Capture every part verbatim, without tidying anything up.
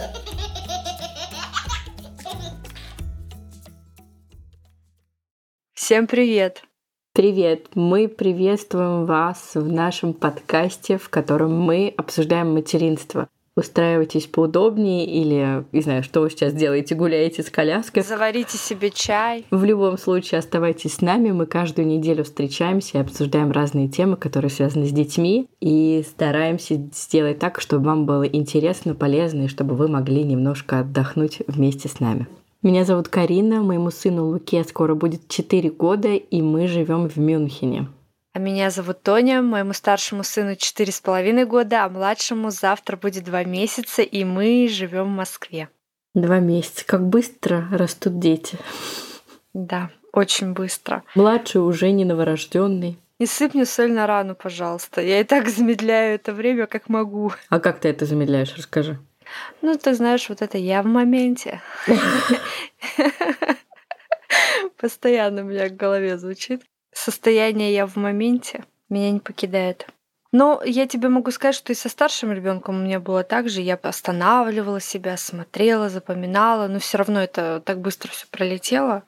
Всем привет! Привет! Мы приветствуем вас в нашем подкасте, в котором мы обсуждаем материнство. Устраивайтесь поудобнее или, не знаю, что вы сейчас делаете, гуляете с коляской. Заварите себе чай. В любом случае оставайтесь с нами. Мы каждую неделю встречаемся и обсуждаем разные темы, которые связаны с детьми. И стараемся сделать так, чтобы вам было интересно, полезно, и чтобы вы могли немножко отдохнуть вместе с нами. Меня зовут Карина, моему сыну Луке скоро будет четыре года, и мы живем в Мюнхене. А меня зовут Тоня, моему старшему сыну четыре с половиной года, а младшему завтра будет два месяца, и мы живем в Москве. Два месяца. Как быстро растут дети. Да, очень быстро. Младший уже не новорожденный. Не сыпь мне соль на рану, пожалуйста. Я и так замедляю это время, как могу. А как ты это замедляешь? Расскажи. Ну, ты знаешь, вот это я в моменте. Постоянно у меня в голове звучит. Состояние я в моменте меня не покидает. Но я тебе могу сказать, что и со старшим ребенком у меня было так же. Я останавливала себя, смотрела, запоминала, но все равно это так быстро все пролетело.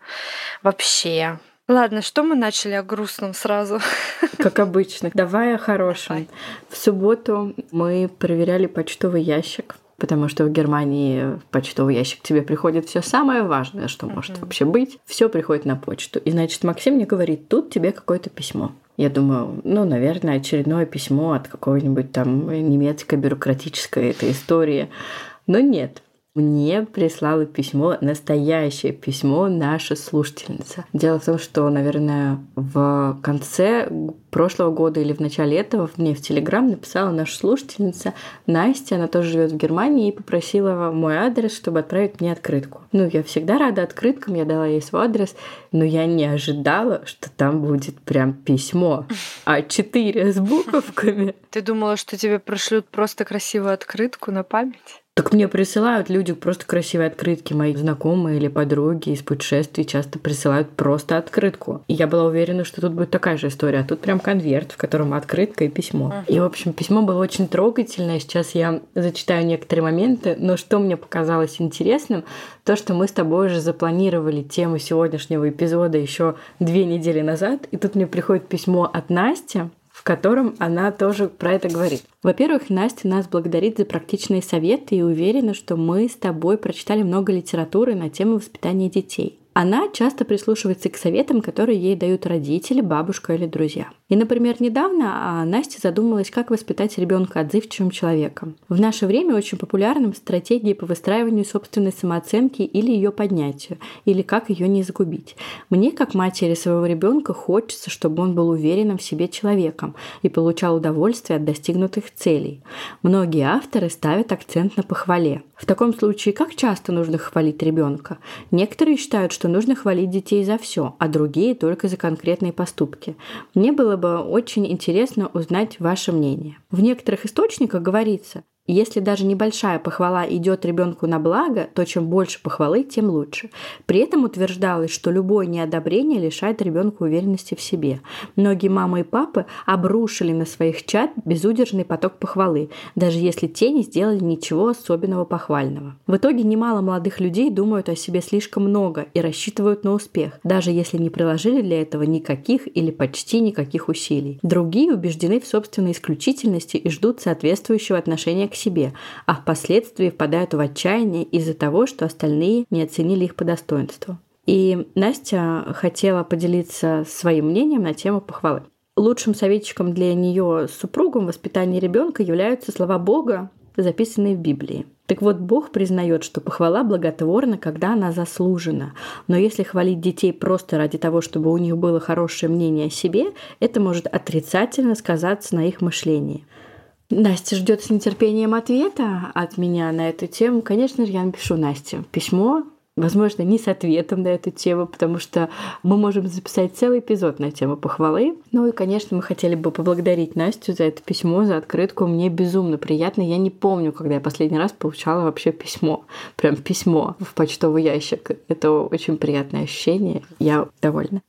Вообще. Ладно, что мы начали о грустном сразу? Как обычно. Давай о хорошем. Давай. В субботу мы проверяли почтовый ящик, потому что в Германии в почтовый ящик тебе приходит все самое важное, что может uh-huh. вообще быть. Все приходит на почту. И, значит, Максим мне говорит, тут тебе какое-то письмо. Я думаю, ну, наверное, очередное письмо от какой-нибудь там немецкой бюрократической этой истории. Но нет. Мне прислала письмо, настоящее письмо наша слушательница. Дело в том, что, наверное, в конце прошлого года или в начале этого мне в Телеграм написала наша слушательница Настя, она тоже живет в Германии, и попросила мой адрес, чтобы отправить мне открытку. Ну, я всегда рада открыткам, я дала ей свой адрес, но я не ожидала, что там будет прям письмо а четыре с буковками. Ты думала, что тебе пришлют просто красивую открытку на память? Так мне присылают люди просто красивые открытки. Мои знакомые или подруги из путешествий часто присылают просто открытку. И я была уверена, что тут будет такая же история. А тут прям конверт, в котором открытка и письмо. Uh-huh. И, в общем, письмо было очень трогательное. Сейчас я зачитаю некоторые моменты. Но что мне показалось интересным, то, что мы с тобой уже запланировали тему сегодняшнего эпизода еще две недели назад. И тут мне приходит письмо от Насти, в котором она тоже про это говорит. Во-первых, Настя нас благодарит за практичные советы и уверена, что мы с тобой прочитали много литературы на тему воспитания детей. Она часто прислушивается к советам, которые ей дают родители, бабушка или друзья. И, например, недавно Настя задумалась, как воспитать ребенка отзывчивым человеком. В наше время очень популярны стратегии по выстраиванию собственной самооценки или ее поднятию, или как ее не загубить. Мне, как матери своего ребенка, хочется, чтобы он был уверенным в себе человеком и получал удовольствие от достигнутых целей. Многие авторы ставят акцент на похвале. В таком случае, как часто нужно хвалить ребенка? Некоторые считают, что нужно хвалить детей за все, а другие только за конкретные поступки. Мне было бы очень интересно узнать ваше мнение. В некоторых источниках говорится, если даже небольшая похвала идет ребенку на благо, то чем больше похвалы, тем лучше. При этом утверждалось, что любое неодобрение лишает ребенка уверенности в себе. Многие мамы и папы обрушили на своих чад безудержный поток похвалы, даже если те не сделали ничего особенного похвального. В итоге немало молодых людей думают о себе слишком много и рассчитывают на успех, даже если не приложили для этого никаких или почти никаких усилий. Другие убеждены в собственной исключительности и ждут соответствующего отношения к себе, а впоследствии впадают в отчаяние из-за того, что остальные не оценили их по достоинству. И Настя хотела поделиться своим мнением на тему похвалы. Лучшим советчиком для нее с супругом в воспитании ребенка являются слова Бога, записанные в Библии. Так вот, Бог признает, что похвала благотворна, когда она заслужена. Но если хвалить детей просто ради того, чтобы у них было хорошее мнение о себе, это может отрицательно сказаться на их мышлении. Настя ждет с нетерпением ответа от меня на эту тему. Конечно же, я напишу Насте письмо, возможно, не с ответом на эту тему, потому что мы можем записать целый эпизод на тему похвалы. Ну и, конечно, мы хотели бы поблагодарить Настю за это письмо, за открытку. Мне безумно приятно. Я не помню, когда я последний раз получала вообще письмо. Прям письмо в почтовый ящик. Это очень приятное ощущение. Я довольна.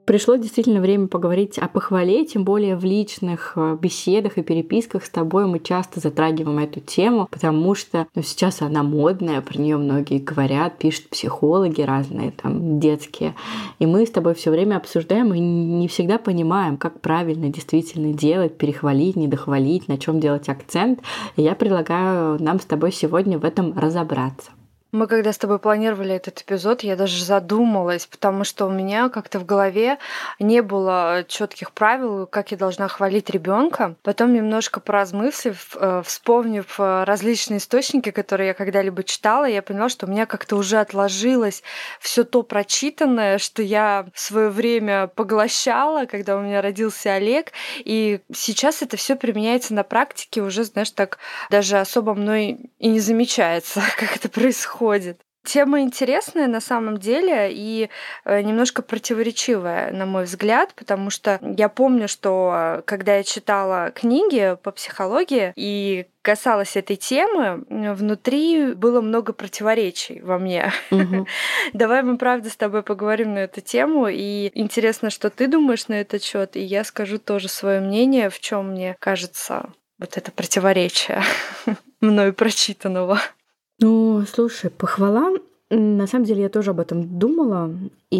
Пришло действительно время поговорить о похвале, тем более в личных беседах и переписках с тобой мы часто затрагиваем эту тему, потому что ну, сейчас она модная, про нее многие говорят, пишут психологи разные, там, детские. И мы с тобой все время обсуждаем и не всегда понимаем, как правильно действительно делать, перехвалить, недохвалить, на чем делать акцент. И я предлагаю нам с тобой сегодня в этом разобраться. Мы когда с тобой планировали этот эпизод, я даже задумалась, потому что у меня как-то в голове не было четких правил, как я должна хвалить ребенка. Потом, немножко поразмыслив, вспомнив различные источники, которые я когда-либо читала, я поняла, что у меня как-то уже отложилось все то прочитанное, что я в свое время поглощала, когда у меня родился Олег. И сейчас это все применяется на практике, уже, знаешь, так даже особо мной и не замечается, как это происходит. Ходит. Тема интересная на самом деле и немножко противоречивая, на мой взгляд, потому что я помню, что когда я читала книги по психологии и касалась этой темы, внутри было много противоречий во мне. Угу. Давай мы, правда, с тобой поговорим на эту тему, и интересно, что ты думаешь на этот счет, и я скажу тоже свое мнение, в чем мне кажется вот это противоречие мною прочитанного. Ну, слушай, похвала, на самом деле я тоже об этом думала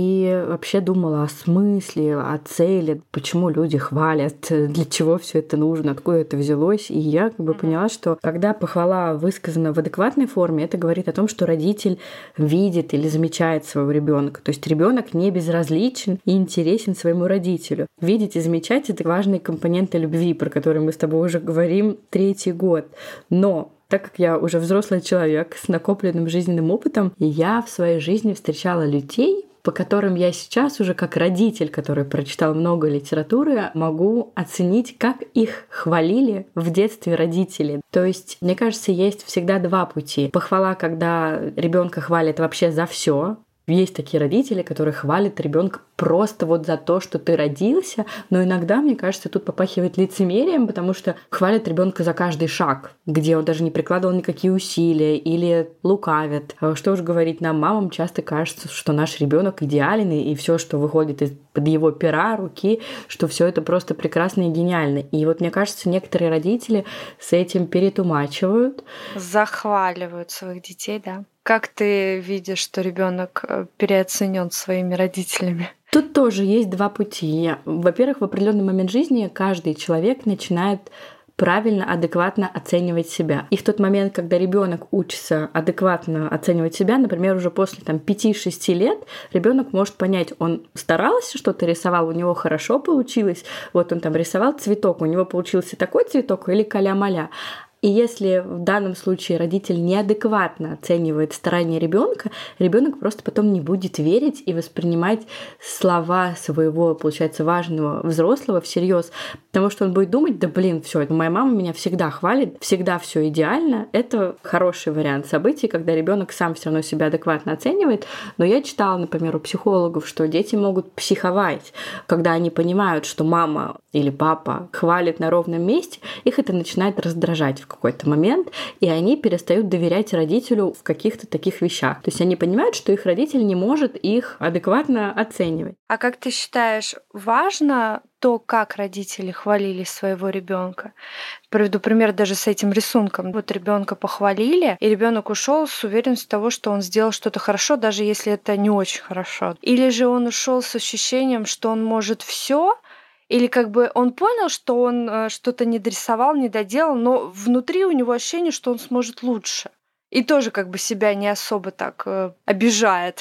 и вообще думала о смысле, о цели, почему люди хвалят, для чего все это нужно, откуда это взялось. И я как бы поняла, что когда похвала высказана в адекватной форме, это говорит о том, что родитель видит или замечает своего ребенка. То есть ребенок не безразличен и интересен своему родителю. Видеть и замечать — это важные компоненты любви, про которые мы с тобой уже говорим третий год. Но так как я уже взрослый человек с накопленным жизненным опытом, и я в своей жизни встречала людей, по которым я сейчас уже как родитель, который прочитал много литературы, могу оценить, как их хвалили в детстве родители. То есть, мне кажется, есть всегда два пути. Похвала, когда ребенка хвалят вообще за все. Есть такие родители, которые хвалят ребенка просто вот за то, что ты родился, но иногда, мне кажется, тут попахивает лицемерием, потому что хвалят ребенка за каждый шаг, где он даже не прикладывал никакие усилия или лукавят. Что уж говорить, нам, мамам, часто кажется, что наш ребенок идеален, и все, что выходит из-под его пера, руки, что все это просто прекрасно и гениально. И вот мне кажется, некоторые родители с этим перетумачивают. Захваливают своих детей, да. Как ты видишь, что ребенок переоценен своими родителями? Тут тоже есть два пути. Во-первых, в определенный момент жизни каждый человек начинает правильно, адекватно оценивать себя. И в тот момент, когда ребенок учится адекватно оценивать себя, например, уже после там, пяти-шести лет, ребенок может понять, он старался, что-то рисовал, у него хорошо получилось, вот он там рисовал цветок, у него получился такой цветок или каля-маля. И если в данном случае родитель неадекватно оценивает старания ребенка, ребенок просто потом не будет верить и воспринимать слова своего, получается, важного взрослого всерьез, потому что он будет думать: да блин, все, моя мама меня всегда хвалит, всегда все идеально. Это хороший вариант событий, когда ребенок сам все равно себя адекватно оценивает. Но я читала, например, у психологов, что дети могут психовать, когда они понимают, что мама или папа хвалит на ровном месте, их это начинает раздражать в какой-то момент, и они перестают доверять родителю в каких-то таких вещах. То есть они понимают, что их родитель не может их адекватно оценивать. А как ты считаешь, важно то, как родители хвалили своего ребенка? Приведу пример даже с этим рисунком. Вот ребенка похвалили, и ребенок ушел с уверенностью того, что он сделал что-то хорошо, даже если это не очень хорошо. Или же он ушел с ощущением, что он может все. Или как бы он понял, что он что-то не дорисовал, не доделал, но внутри у него ощущение, что он сможет лучше. И тоже как бы себя не особо так э, обижает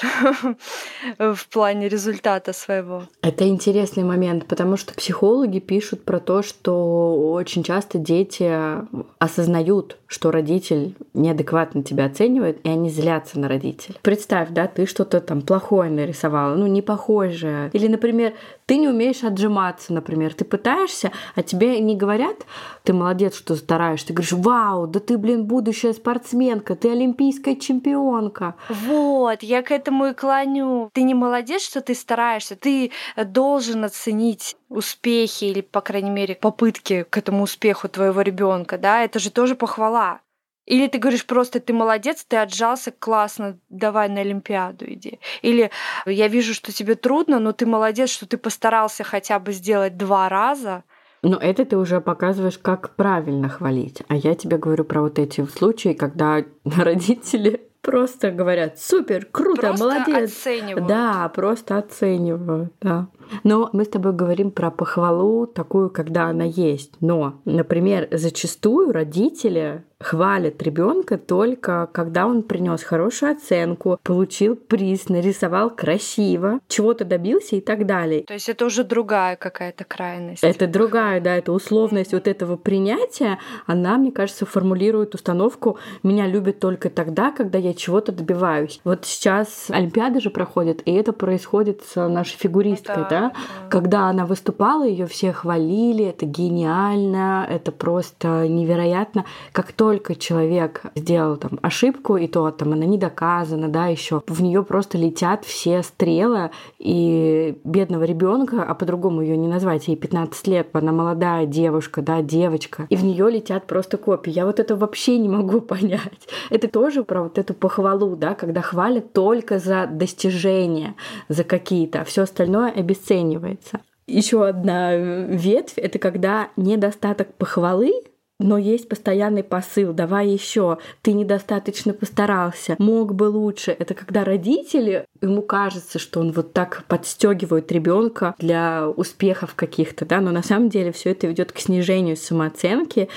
в плане результата своего. Это интересный момент, потому что психологи пишут про то, что очень часто дети осознают, что родитель неадекватно тебя оценивает, и они злятся на родителя. Представь, да, ты что-то там плохое нарисовала, ну не похожее. Или, например, ты не умеешь отжиматься, например. Ты пытаешься, а тебе не говорят: ты молодец, что стараешься. Ты говоришь: вау, да ты, блин, будущая спортсменка, ты олимпийская чемпионка. Вот, я к этому и клоню. Ты не молодец, что ты стараешься. Ты должен оценить успехи или, по крайней мере, попытки к этому успеху твоего ребенка, да? Это же тоже похвала. Или ты говоришь просто: ты молодец, ты отжался, классно, давай на Олимпиаду иди. Или я вижу, что тебе трудно, но ты молодец, что ты постарался хотя бы сделать два раза. Но это ты уже показываешь, как правильно хвалить. А я тебе говорю про вот эти случаи, когда родители просто говорят: супер, круто, Просто молодец. оценивают. Да, просто оценивают, да. Но мы с тобой говорим про похвалу такую, когда она есть. Но, например, зачастую родители хвалят ребенка только когда он принес хорошую оценку, получил приз, нарисовал красиво, чего-то добился и так далее. То есть это уже другая какая-то крайность. Это другая, да, это условность вот этого принятия, она, мне кажется, формулирует установку: меня любят только тогда, когда я чего-то добиваюсь. Вот сейчас Олимпиады же проходят, и это происходит с нашей фигуристкой, да, да, да. Когда она выступала, ее все хвалили, это гениально, это просто невероятно. Как только человек сделал там ошибку, и то там она не доказана, да, еще в нее просто летят все стрелы, и бедного ребенка, а по-другому ее не назвать, ей пятнадцать лет, она молодая девушка, да, девочка, и в нее летят просто копии. Я вот это вообще не могу понять. Это тоже про вот эту похвалу, да, когда хвалят только за достижения, за какие-то, а все остальное обесценивается. Еще одна ветвь — это когда недостаток похвалы, но есть постоянный посыл: давай еще, ты недостаточно постарался, мог бы лучше. Это когда родители, ему кажется, что он вот так подстегивает ребенка для успехов каких-то, да, но на самом деле все это ведет к снижению самооценки,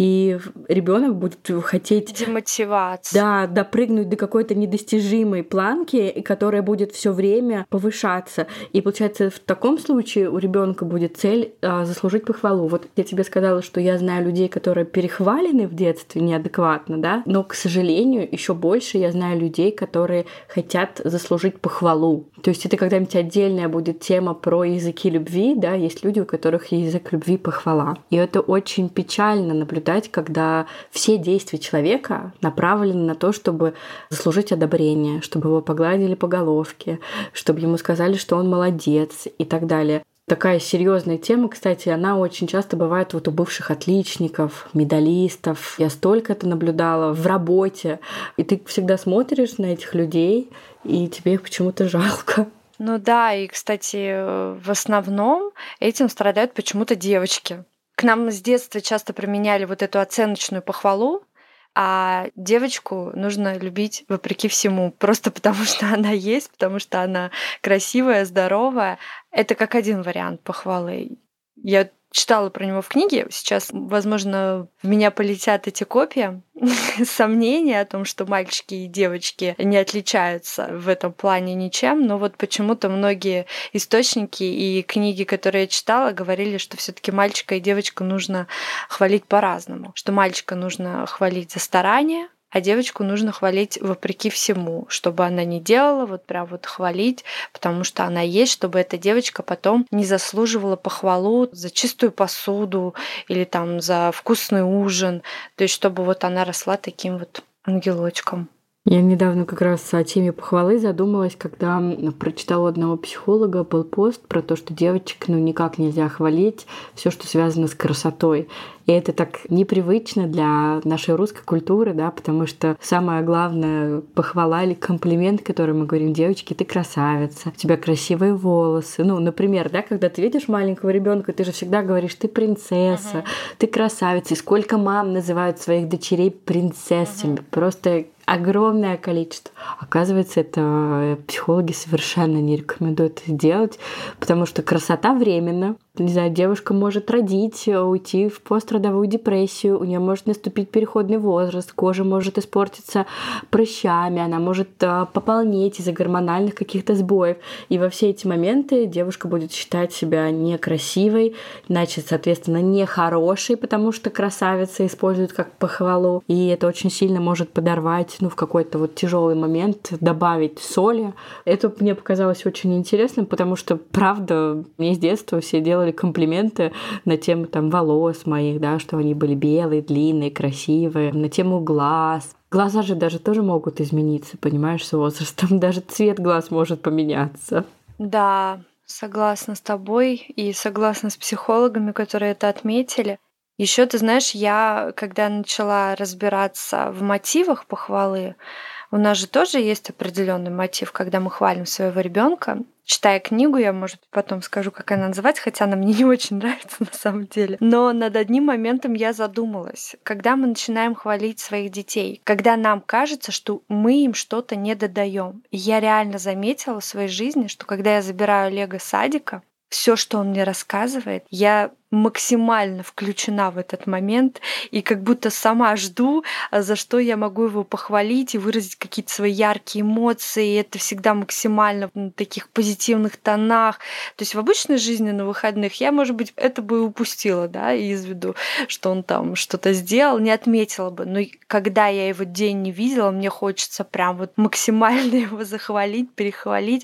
и ребенок будет хотеть демотивация. Да, допрыгнуть до какой-то недостижимой планки, которая будет все время повышаться. И получается, в таком случае у ребенка будет цель а, заслужить похвалу. Вот я тебе сказала, что я знаю людей, которые которые перехвалены в детстве неадекватно, да, но, к сожалению, еще больше я знаю людей, которые хотят заслужить похвалу. То есть это когда-нибудь отдельная будет тема про языки любви, да, есть люди, у которых язык любви — похвала. И это очень печально наблюдать, когда все действия человека направлены на то, чтобы заслужить одобрение, чтобы его погладили по головке, чтобы ему сказали, что он молодец и так далее. Такая серьезная тема, кстати, она очень часто бывает вот у бывших отличников, медалистов. Я столько это наблюдала в работе. И ты всегда смотришь на этих людей, и тебе их почему-то жалко. Ну да, и, кстати, в основном этим страдают почему-то девочки. К нам с детства часто применяли вот эту оценочную похвалу, а девочку нужно любить вопреки всему, просто потому что она есть, потому что она красивая, здоровая. Это как один вариант похвалы. Я читала про него в книге. Сейчас, возможно, в меня полетят эти копья, сомнения о том, что мальчики и девочки не отличаются в этом плане ничем, но вот почему-то многие источники и книги, которые я читала, говорили, что все-таки мальчика и девочку нужно хвалить по-разному, что мальчика нужно хвалить за старание, а девочку нужно хвалить вопреки всему, чтобы она не делала, вот прям вот хвалить, потому что она есть, чтобы эта девочка потом не заслуживала похвалу за чистую посуду или там за вкусный ужин, то есть чтобы вот она росла таким вот ангелочком. Я недавно как раз о теме похвалы задумалась, когда прочитала у одного психолога был пост про то, что девочек ну никак нельзя хвалить, все, что связано с красотой. И это так непривычно для нашей русской культуры, да, потому что самое главное похвала или комплимент, который мы говорим: девочки, ты красавица, у тебя красивые волосы. Ну, например, да, когда ты видишь маленького ребенка, ты же всегда говоришь: ты принцесса, uh-huh. ты красавица. И сколько мам называют своих дочерей принцессами. Uh-huh. Просто огромное количество. Оказывается, это психологи совершенно не рекомендуют это делать, потому что красота временна. Не знаю, девушка может родить, уйти в пострадовую депрессию, у нее может наступить переходный возраст, кожа может испортиться прыщами, она может пополнеть из-за гормональных каких-то сбоев. И во все эти моменты девушка будет считать себя некрасивой, значит, соответственно, нехорошей, потому что красавица используют как похвалу. И это очень сильно может подорвать, ну, в какой-то вот тяжелый момент, добавить соли. Это мне показалось очень интересным, потому что, правда, мне с детства все делали комплименты на тему там волос моих, да, что они были белые, длинные, красивые, на тему глаз. Глаза же даже тоже могут измениться, понимаешь, с возрастом. Даже цвет глаз может поменяться. Да, согласна с тобой и согласна с психологами, которые это отметили. Еще ты знаешь, я когда начала разбираться в мотивах похвалы, у нас же тоже есть определенный мотив, когда мы хвалим своего ребенка. Читая книгу, я, может, потом скажу, как она называется, хотя она мне не очень нравится на самом деле. Но над одним моментом я задумалась. Когда мы начинаем хвалить своих детей, когда нам кажется, что мы им что-то не додаем. И я реально заметила в своей жизни, что когда я забираю Олега с садика, все, что он мне рассказывает, я максимально включена в этот момент и как будто сама жду, за что я могу его похвалить и выразить какие-то свои яркие эмоции. И это всегда максимально в таких позитивных тонах. То есть в обычной жизни на выходных я, может быть, это бы и упустила, да, из виду, что он там что-то сделал, не отметила бы. Но когда я его день не видела, мне хочется прям вот максимально его захвалить, перехвалить.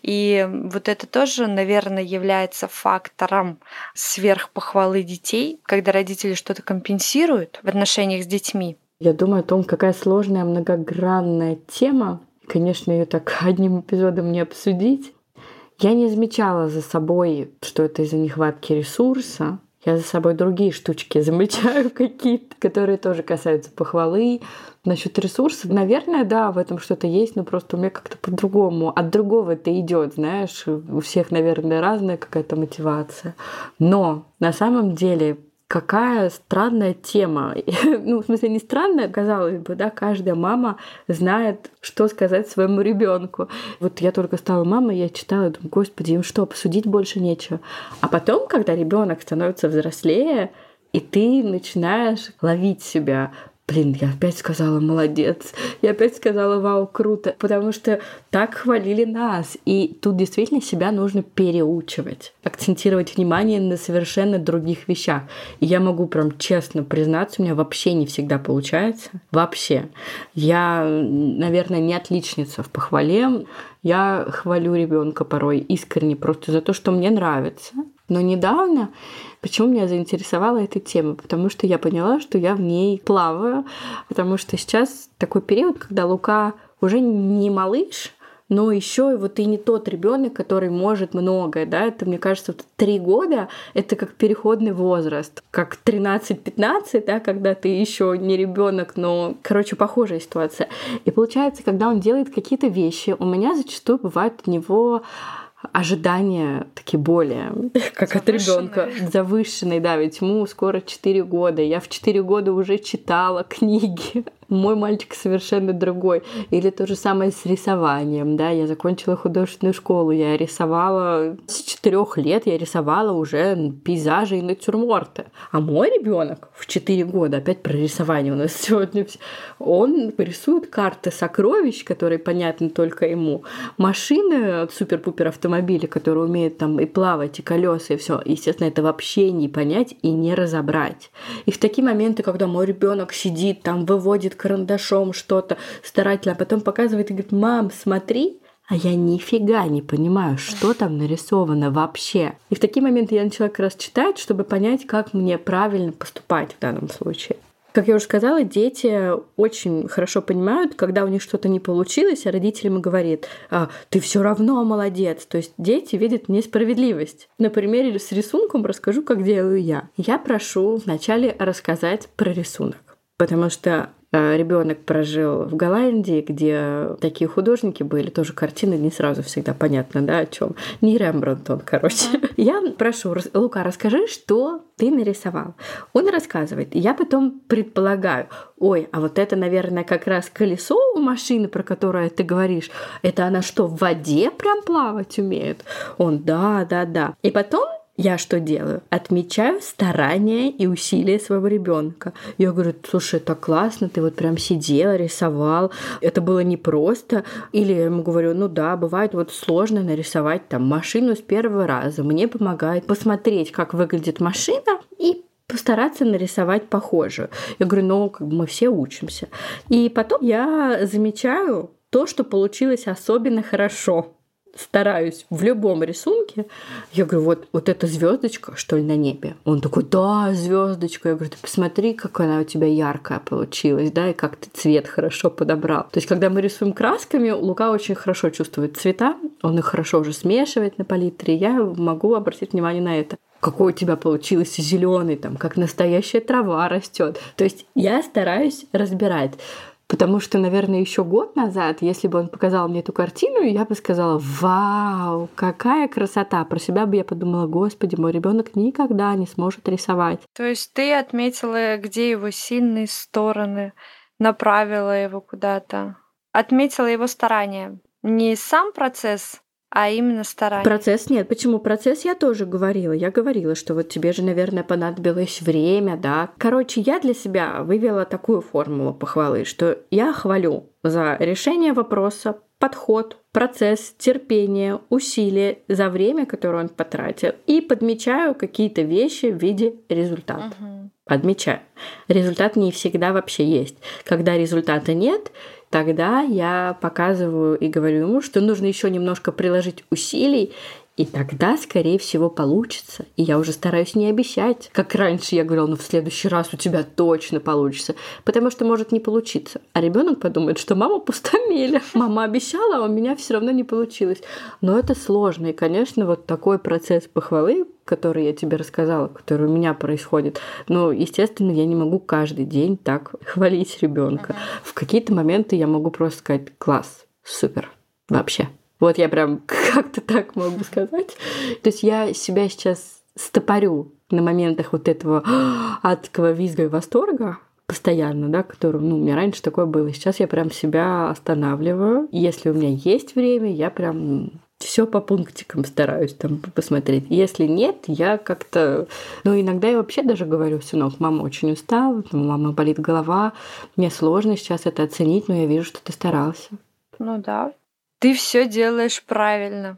И вот это тоже, наверное, является фактором сверх похвалы детей, когда родители что-то компенсируют в отношениях с детьми. Я думаю о том, какая сложная, многогранная тема. Конечно, ее так одним эпизодом не обсудить. Я не замечала за собой, что это из-за нехватки ресурса. Я за собой другие штучки замечаю какие-то, которые тоже касаются похвалы. Насчет ресурсов, наверное, да, в этом что-то есть, но просто у меня как-то по-другому. От другого это идет, знаешь, у всех, наверное, разная какая-то мотивация. Но на самом деле какая странная тема. Ну, в смысле, не странная, казалось бы, да, каждая мама знает, что сказать своему ребенку. Вот я только стала мамой, я читала и думаю, господи, им что, посудить больше нечего. А потом, когда ребенок становится взрослее, и ты начинаешь ловить себя, блин, я опять сказала молодец, я опять сказала вау, круто, потому что так хвалили нас. И тут действительно себя нужно переучивать, акцентировать внимание на совершенно других вещах. И я могу прям честно признаться, у меня вообще не всегда получается. Вообще. Я, наверное, не отличница в похвале. Я хвалю ребенка порой искренне просто за то, что мне нравится. Но недавно, почему меня заинтересовала эта тема? Потому что я поняла, что я в ней плаваю, потому что сейчас такой период, когда Лука уже не малыш, но еще и вот и не тот ребенок, который может многое, да, это, мне кажется, вот три года — это как переходный возраст, как тринадцать-пятнадцать, да, когда ты еще не ребенок, но, короче, похожая ситуация. И получается, когда он делает какие-то вещи, у меня зачастую бывает от него ожидания такие более, как от ребенка, завышенные, да, ведь ему скоро четыре года. Я в четыре года уже читала книги. Мой мальчик совершенно другой. Или то же самое с рисованием, да, я закончила художественную школу, я рисовала с четырех лет, я рисовала уже пейзажи и натюрморты. А мой ребенок в четыре года, опять про рисование у нас сегодня, он рисует карты сокровищ, которые понятны только ему, машины, супер-пупер автомобили, которые умеют там и плавать, и колеса, и все. Естественно, это вообще не понять и не разобрать. И в такие моменты, когда мой ребенок сидит там, выводит карандашом что-то старательно, а потом показывает и говорит: мам, смотри, а я нифига не понимаю, что там нарисовано вообще. И в такие моменты я начала как раз читать, чтобы понять, как мне правильно поступать в данном случае. Как я уже сказала, дети очень хорошо понимают, когда у них что-то не получилось, а родителям им говорит: а, ты все равно молодец. То есть дети видят несправедливость. На примере с рисунком расскажу, как делаю я. Я прошу вначале рассказать про рисунок, потому что ребенок прожил в Голландии, где такие художники были, тоже картины не сразу всегда понятно, да, о чем. Не Рембрандт он, короче. Uh-huh. Я прошу: Лука, расскажи, что ты нарисовал. Он рассказывает. Я потом предполагаю: ой, а вот это, наверное, как раз колесо у машины, про которое ты говоришь, это она что, в воде прям плавать умеет? Он: да, да, да. И потом я что делаю? Отмечаю старания и усилия своего ребенка. Я говорю: слушай, так классно, ты вот прям сидела, рисовал, это было непросто. Или я ему говорю: ну да, бывает вот сложно нарисовать там машину с первого раза. Мне помогает посмотреть, как выглядит машина, и постараться нарисовать похожую. Я говорю: ну, как бы мы все учимся. И потом я замечаю то, что получилось особенно хорошо. стараюсь в любом рисунке, я говорю, вот, вот эта звездочка, что ли, на небе? Он такой, да, звездочка. Я говорю, ты посмотри, какая она у тебя яркая получилась, да, и как ты цвет хорошо подобрал. То есть, когда мы рисуем красками, Лука очень хорошо чувствует цвета, он их хорошо уже смешивает на палитре, я могу обратить внимание на это. Какой у тебя получился зеленый, там, как настоящая трава растет. То есть я стараюсь разбирать. Потому что, наверное, еще год назад, если бы он показал мне эту картину, я бы сказала, вау, какая красота. Про себя бы я подумала, господи, мой ребенок никогда не сможет рисовать. То есть ты отметила, где его сильные стороны, направила его куда-то, отметила его старания. Не сам процесс, а именно старание. Процесс нет. Почему? Процесс я тоже говорила. Я говорила, что вот тебе же, наверное, понадобилось время, да. Короче, я для себя вывела такую формулу похвалы, что я хвалю за решение вопроса, подход, процесс, терпение, усилия за время, которое он потратил, и подмечаю какие-то вещи в виде результата. Угу. Подмечаю. Результат не всегда вообще есть. Когда результата нет, тогда я показываю и говорю ему, что нужно еще немножко приложить усилий, и тогда, скорее всего, получится. И я уже стараюсь не обещать. Как раньше я говорила, ну в следующий раз у тебя точно получится. Потому что может не получиться. А ребенок подумает, что мама пустомеля. Мама обещала, а у меня все равно не получилось. Но это сложно. И, конечно, вот такой процесс похвалы, который я тебе рассказала, который у меня происходит. Но, естественно, я не могу каждый день так хвалить ребенка. Uh-huh. В какие-то моменты я могу просто сказать: класс, супер, вообще. Вот я прям как-то так могу сказать. То есть я себя сейчас стопорю на моментах вот этого адского визга и восторга постоянно, да, который, ну, у меня раньше такое было. Сейчас я прям себя останавливаю. И если у меня есть время, я прям все по пунктикам стараюсь там посмотреть. Если нет, я как-то... Ну, иногда я вообще даже говорю: сынок, мама очень устала, у мамы болит голова, мне сложно сейчас это оценить, но я вижу, что ты старался. Ну да. Ты все делаешь правильно,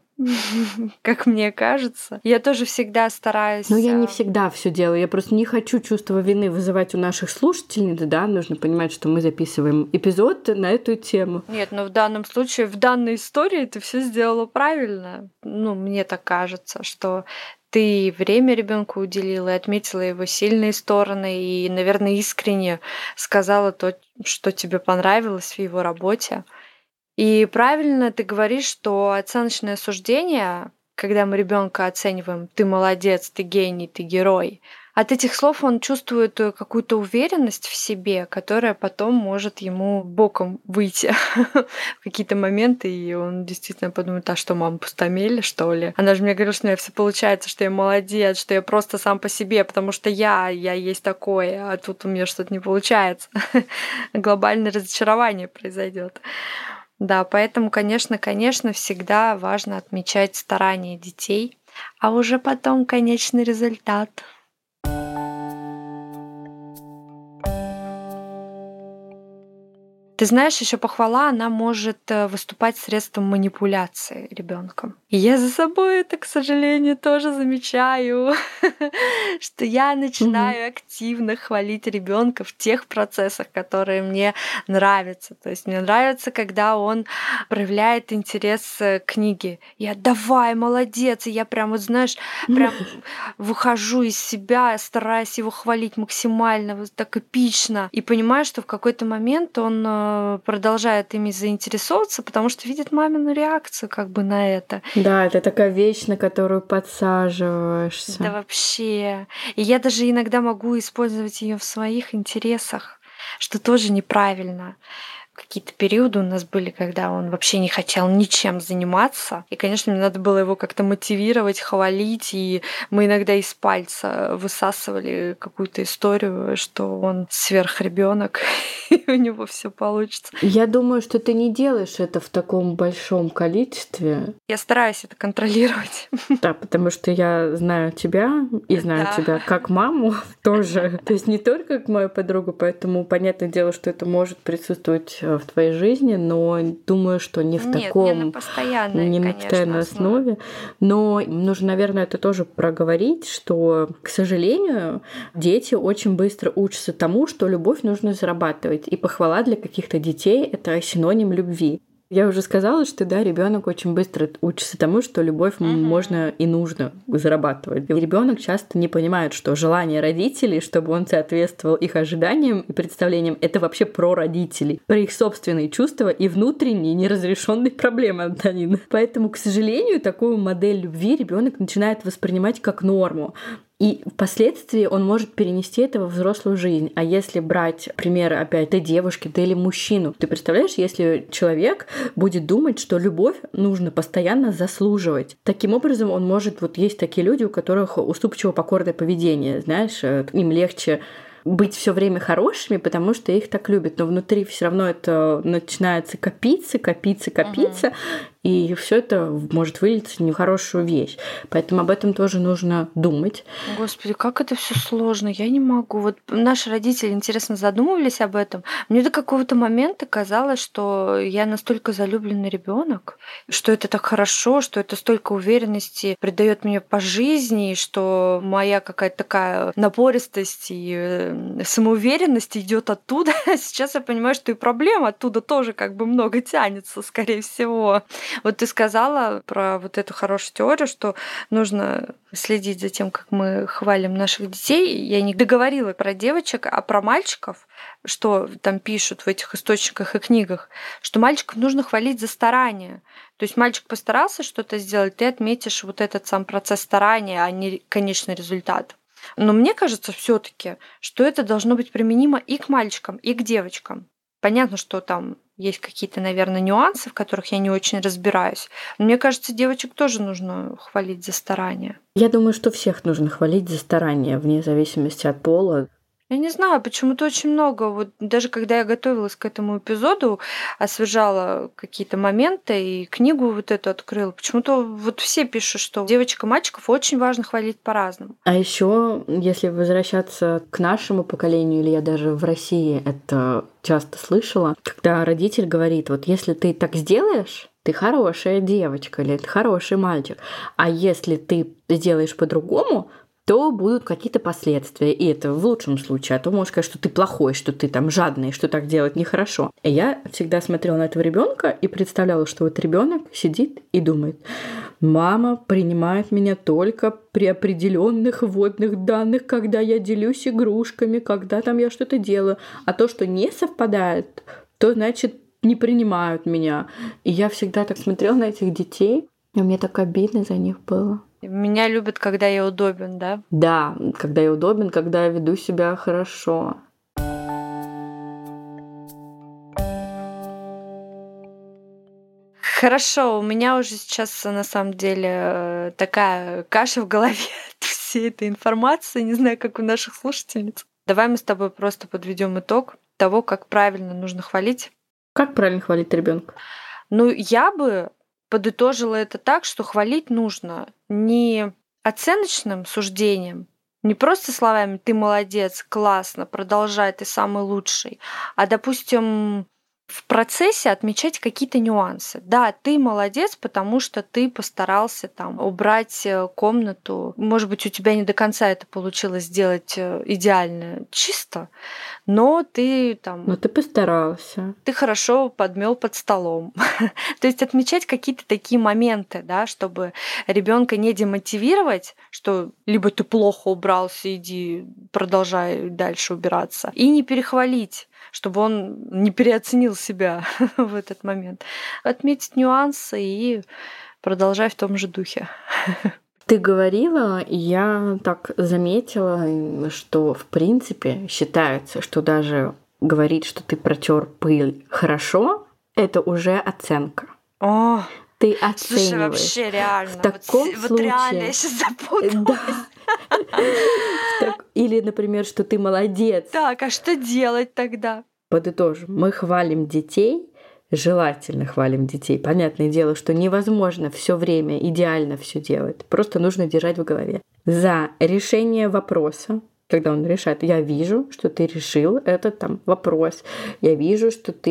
как мне кажется. Я тоже всегда стараюсь. Но я не всегда все делаю. Я просто не хочу чувство вины вызывать у наших слушательниц, да. Нужно понимать, что мы записываем эпизод на эту тему. Нет, но в данном случае, в данной истории ты все сделала правильно. Ну, мне так кажется, что ты время ребенку уделила и отметила его сильные стороны, и, наверное, искренне сказала то, что тебе понравилось в его работе. И правильно ты говоришь, что оценочное суждение, когда мы ребенка оцениваем: ты молодец, ты гений, ты герой, от этих слов он чувствует какую-то уверенность в себе, которая потом может ему боком выйти в какие-то моменты, и он действительно подумает: а что, мама пустомеля, что ли? Она же мне говорила, что у меня все получается, что я молодец, что я просто сам по себе, потому что я, я есть такое, а тут у меня что-то не получается. Глобальное разочарование произойдет. Да, поэтому, конечно, конечно, всегда важно отмечать старания детей, а уже потом конечный результат. Ты знаешь, еще похвала, она может выступать средством манипуляции ребенком. И я за собой это, к сожалению, тоже замечаю, что я начинаю активно хвалить ребенка в тех процессах, которые мне нравятся. То есть мне нравится, когда он проявляет интерес к книге. Я: давай, молодец, и я прям, вот знаешь, прям выхожу из себя, стараюсь его хвалить максимально, вот так эпично. И понимаю, что в какой-то момент он продолжает ими заинтересовываться, потому что видит мамину реакцию как бы на это. Да, это такая вещь, на которую подсаживаешься. Да вообще. И я даже иногда могу использовать ее в своих интересах, что тоже неправильно. Какие-то периоды у нас были, когда он вообще не хотел ничем заниматься. И, конечно, мне надо было его как-то мотивировать, хвалить. И мы иногда из пальца высасывали какую-то историю, что он сверхребенок, и у него все получится. Я думаю, что ты не делаешь это в таком большом количестве. Я стараюсь это контролировать. Да, потому что я знаю тебя и знаю да. тебя как маму тоже. То есть не только как мою подругу, поэтому понятное дело, что это может присутствовать в твоей жизни, но думаю, что не в Нет, таком... не на постоянной, не на постоянной основе. Но нужно, наверное, это тоже проговорить, что, к сожалению, дети очень быстро учатся тому, что любовь нужно зарабатывать. И похвала для каких-то детей — это синоним любви. Я уже сказала, что да, ребенок очень быстро учится тому, что любовь uh-huh. можно и нужно зарабатывать. И ребенок часто не понимает, что желание родителей, чтобы он соответствовал их ожиданиям и представлениям, это вообще про родителей, про их собственные чувства и внутренние неразрешенные проблемы, Антонина. Поэтому, к сожалению, такую модель любви ребенок начинает воспринимать как норму. И впоследствии он может перенести это во взрослую жизнь. А если брать примеры опять ты девушки, ты или мужчину, ты представляешь, если человек будет думать, что любовь нужно постоянно заслуживать. Таким образом, он может... Вот есть такие люди, у которых уступчиво покорное поведение, знаешь, им легче быть все время хорошими, потому что их так любят, но внутри все равно это начинается копиться, копиться, копиться, uh-huh. и все это может вылиться в нехорошую вещь. Поэтому об этом тоже нужно думать. Господи, как это все сложно, я не могу. Вот наши родители, интересно, задумывались об этом. Мне до какого-то момента казалось, что я настолько залюбленный ребенок, что это так хорошо, что это столько уверенности придает мне по жизни, что моя какая-то такая напористость и самоуверенность идет оттуда. Сейчас я понимаю, что и проблем оттуда тоже как бы много тянется, скорее всего. Вот ты сказала про вот эту хорошую теорию, что нужно следить за тем, как мы хвалим наших детей. Я не договорила про девочек, а про мальчиков, что там пишут в этих источниках и книгах, что мальчиков нужно хвалить за старание. То есть мальчик постарался что-то сделать, ты отметишь вот этот сам процесс старания, а не конечный результат. Но мне кажется все-таки, что это должно быть применимо и к мальчикам, и к девочкам. Понятно, что там есть какие-то, наверное, нюансы, в которых я не очень разбираюсь. Но мне кажется, девочек тоже нужно хвалить за старание. Я думаю, что всех нужно хвалить за старание, вне зависимости от пола. Я не знаю, почему-то очень много. Вот даже когда я готовилась к этому эпизоду, освежала какие-то моменты и книгу вот эту открыла, почему-то вот все пишут, что девочек и мальчиков очень важно хвалить по-разному. А еще, если возвращаться к нашему поколению, или я даже в России это часто слышала, когда родитель говорит, вот если ты так сделаешь, ты хорошая девочка или ты хороший мальчик, а если ты сделаешь по-другому, то будут какие-то последствия. И это в лучшем случае. А то можешь сказать, что ты плохой, что ты там жадный, что так делать нехорошо. И я всегда смотрела на этого ребенка и представляла, что вот ребенок сидит и думает: мама принимает меня только при определенных вводных данных, когда я делюсь игрушками, когда там я что-то делаю. А то, что не совпадает, то значит не принимают меня. И я всегда так смотрела на этих детей, и мне так обидно за них было. Меня любят, когда я удобен, да? Да, когда я удобен, когда я веду себя хорошо. Хорошо, у меня уже сейчас на самом деле такая каша в голове от всей этой информации. Не знаю, как у наших слушательниц. Давай мы с тобой просто подведем итог того, как правильно нужно хвалить. Как правильно хвалить ребенка? Ну, я бы подытожила это так, что хвалить нужно не оценочным суждением, не просто словами «ты молодец, классно, продолжай, ты самый лучший», а, допустим, в процессе отмечать какие-то нюансы. Да, ты молодец, потому что ты постарался там убрать комнату. Может быть, у тебя не до конца это получилось сделать идеально чисто, но ты там... Но ты постарался. Ты хорошо подмел под столом. То есть отмечать какие-то такие моменты, да, чтобы ребенка не демотивировать, что либо ты плохо убрался, иди продолжай дальше убираться, и не перехвалить, чтобы он не переоценил себя в этот момент. Отметить нюансы и продолжай в том же духе. Ты говорила, и я так заметила, что в принципе считается, что даже говорить, что ты протер пыль хорошо, это уже оценка. О, ты оцениваешь. Слушай, вообще реально. В таком вот, случае... вот реально я сейчас запуталась. Да. Или, например, что ты молодец. Так, а что делать тогда? Подытожим. Мы хвалим детей, желательно хвалим детей. Понятное дело, что невозможно все время идеально все делать. Просто нужно держать в голове. За решение вопроса, когда он решает, я вижу, что ты решил этот там вопрос, я вижу, что ты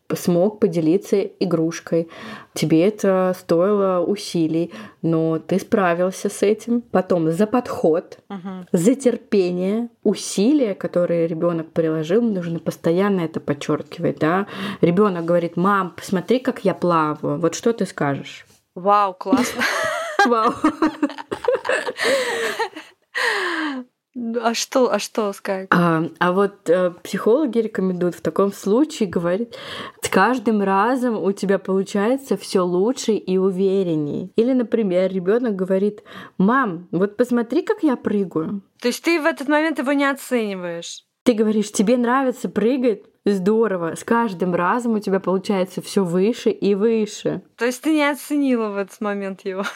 смог поделиться игрушкой. Тебе это стоило усилий, но ты справился с этим. Потом за подход, Мгм. за терпение, усилия, которые ребенок приложил, нужно постоянно это подчеркивать, да. Ребенок говорит: мам, посмотри, как я плаваю. Вот что ты скажешь? Вау, классно. Вау. Ну, А что, а что сказать? А, а вот э, психологи рекомендуют в таком случае говорить: с каждым разом у тебя получается все лучше и уверенней. Или, например, ребенок говорит: мам, вот посмотри, как я прыгаю. То есть ты в этот момент его не оцениваешь. Ты говоришь: тебе нравится прыгать? Здорово. С каждым разом у тебя получается все выше и выше. То есть ты не оценила в этот момент его.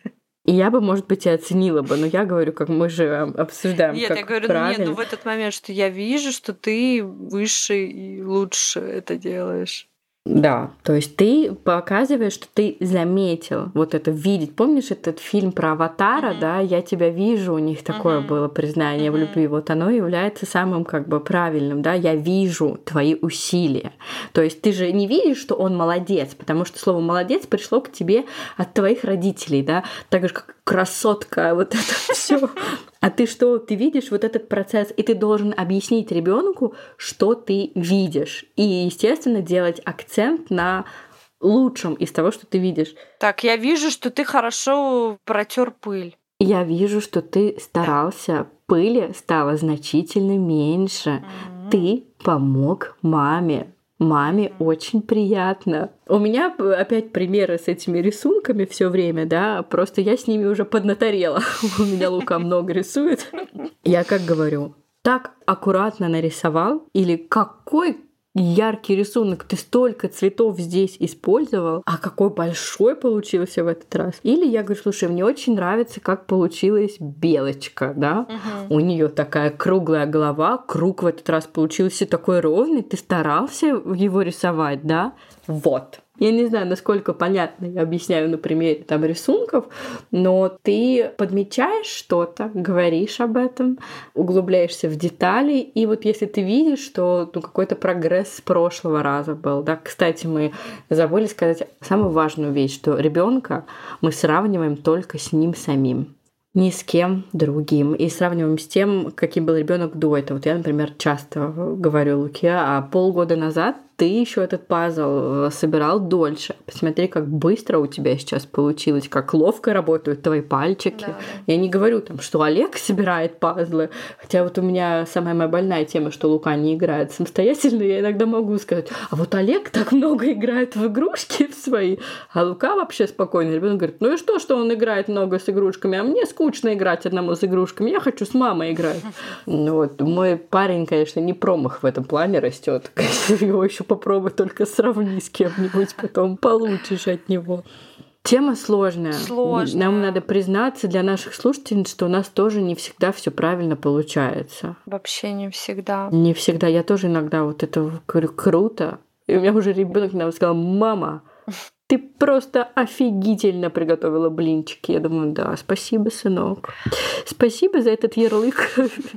И я бы, может быть, и оценила бы, но я говорю, как мы же об- обсуждаем, Нет, как я говорю, ну нет, правильно. ну в этот момент, что я вижу, что ты выше и лучше это делаешь. Да, то есть ты показываешь, что ты заметил вот это видеть. Помнишь этот фильм про Аватара, Мгм. да? Я тебя вижу, у них такое Мгм. было признание в Мгм. любви. Вот оно является самым как бы правильным, да? Я вижу твои усилия. То есть ты же не видишь, что он молодец, потому что слово молодец пришло к тебе от твоих родителей, да? Так же как красотка, вот это все. А ты что? Ты видишь вот этот процесс, и ты должен объяснить ребенку, что ты видишь. И, естественно, делать акцент на лучшем из того, что ты видишь. Так, я вижу, что ты хорошо протер пыль. Я вижу, что ты старался, пыли стало значительно меньше. Мгм. Ты помог маме. Маме Мгм. очень приятно. У меня п- опять примеры с этими рисунками все время, да, просто я с ними уже поднаторела. У меня Лука много рисует. Я как говорю: так аккуратно нарисовал, или какой яркий рисунок, ты столько цветов здесь использовал, а какой большой получился в этот раз. Или я говорю: слушай, мне очень нравится, как получилась белочка, да, Мгм. у нее такая круглая голова, круг в этот раз получился такой ровный, ты старался его рисовать, да, вот. Я не знаю, насколько понятно я объясняю на примере там рисунков, но ты подмечаешь что-то, говоришь об этом, углубляешься в детали, и вот если ты видишь, что ну, какой-то прогресс с прошлого раза был, да, кстати, мы забыли сказать самую важную вещь, что ребенка мы сравниваем только с ним самим, ни с кем другим. И сравниваем с тем, каким был ребенок до этого. Вот я, например, часто говорю Луке: а полгода назад ты еще этот пазл собирал дольше. Посмотри, как быстро у тебя сейчас получилось, как ловко работают твои пальчики. Да, да. Я не говорю там, что Олег собирает пазлы, хотя вот у меня самая моя больная тема, что Лука не играет самостоятельно. Я иногда могу сказать: а вот Олег так много играет в игрушки в свои, а Лука вообще спокойный. Ребенок говорит: ну и что, что он играет много с игрушками, а мне скучно играть одному с игрушками, я хочу с мамой играть. Ну вот, мой парень, конечно, не промах в этом плане растет. Его еще попробуй только сравни с кем-нибудь, потом получишь от него. Тема сложная. Сложная. Нам надо признаться для наших слушателей, что у нас тоже не всегда все правильно получается. Вообще не всегда. Не всегда. Я тоже иногда вот это говорю: круто. И у меня уже ребенок нам сказал: мама, ты просто офигительно приготовила блинчики. Я думаю: да, спасибо, сынок. Спасибо за этот ярлык.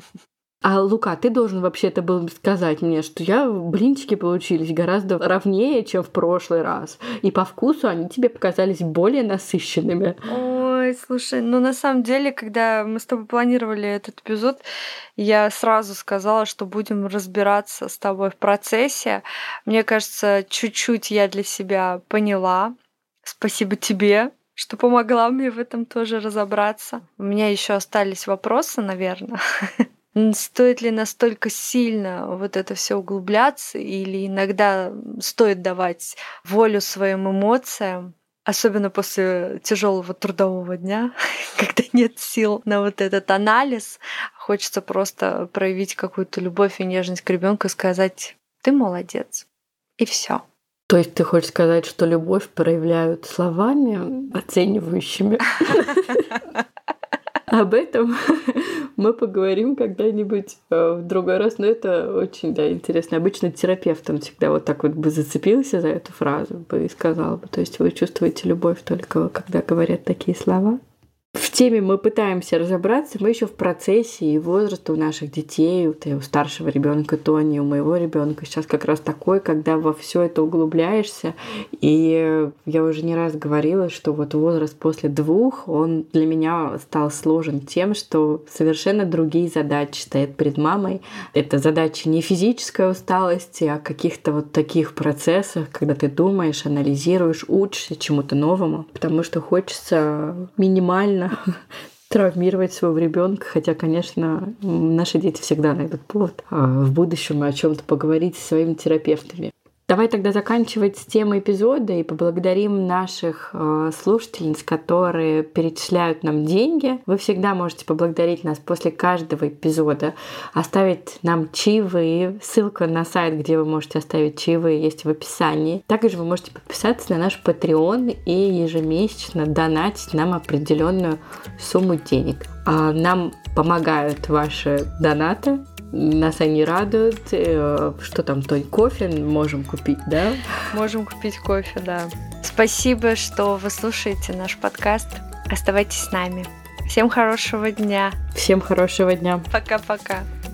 А, Лука, ты должен вообще-то был сказать мне, что я блинчики получились гораздо ровнее, чем в прошлый раз. И по вкусу они тебе показались более насыщенными. Ой, слушай, ну на самом деле, когда мы с тобой планировали этот эпизод, я сразу сказала, что будем разбираться с тобой в процессе. Мне кажется, чуть-чуть я для себя поняла. Спасибо тебе, что помогла мне в этом тоже разобраться. У меня еще остались вопросы, наверное. Стоит ли настолько сильно вот это все углубляться, или иногда стоит давать волю своим эмоциям, особенно после тяжелого трудового дня, когда нет сил на вот этот анализ, хочется просто проявить какую-то любовь и нежность к ребенку и сказать: ты молодец. И все. То есть ты хочешь сказать, что любовь проявляют словами оценивающими? Об этом мы поговорим когда-нибудь в другой раз. Но это очень, да, интересно. Обычно терапевт, он всегда вот так вот бы зацепился за эту фразу бы и сказал бы: то есть вы чувствуете любовь только когда говорят такие слова? В теме мы пытаемся разобраться, мы еще в процессе, и возраст у наших детей, вот и у старшего ребенка Тони, у моего ребенка сейчас как раз такой, когда во все это углубляешься. И я уже не раз говорила, что вот возраст после двух, он для меня стал сложен тем, что совершенно другие задачи стоят перед мамой. Это задача не физической усталости, а каких-то вот таких процессах, когда ты думаешь, анализируешь, учишься чему-то новому, потому что хочется минимально травмировать своего ребенка, хотя, конечно, наши дети всегда найдут повод в будущем о чем-то поговорить со своими терапевтами. Давай тогда заканчивать с темой эпизода и поблагодарим наших э, слушательниц, которые перечисляют нам деньги. Вы всегда можете поблагодарить нас после каждого эпизода, оставить нам чаевые. Ссылка на сайт, где вы можете оставить чаевые, есть в описании. Также вы можете подписаться на наш Patreon и ежемесячно донатить нам определенную сумму денег. А нам помогают ваши донаты. Нас они радуют. Что там, Тонь, кофе можем купить, да? Можем купить кофе, да. Спасибо, что вы слушаете наш подкаст. Оставайтесь с нами. Всем хорошего дня. Всем хорошего дня. Пока-пока.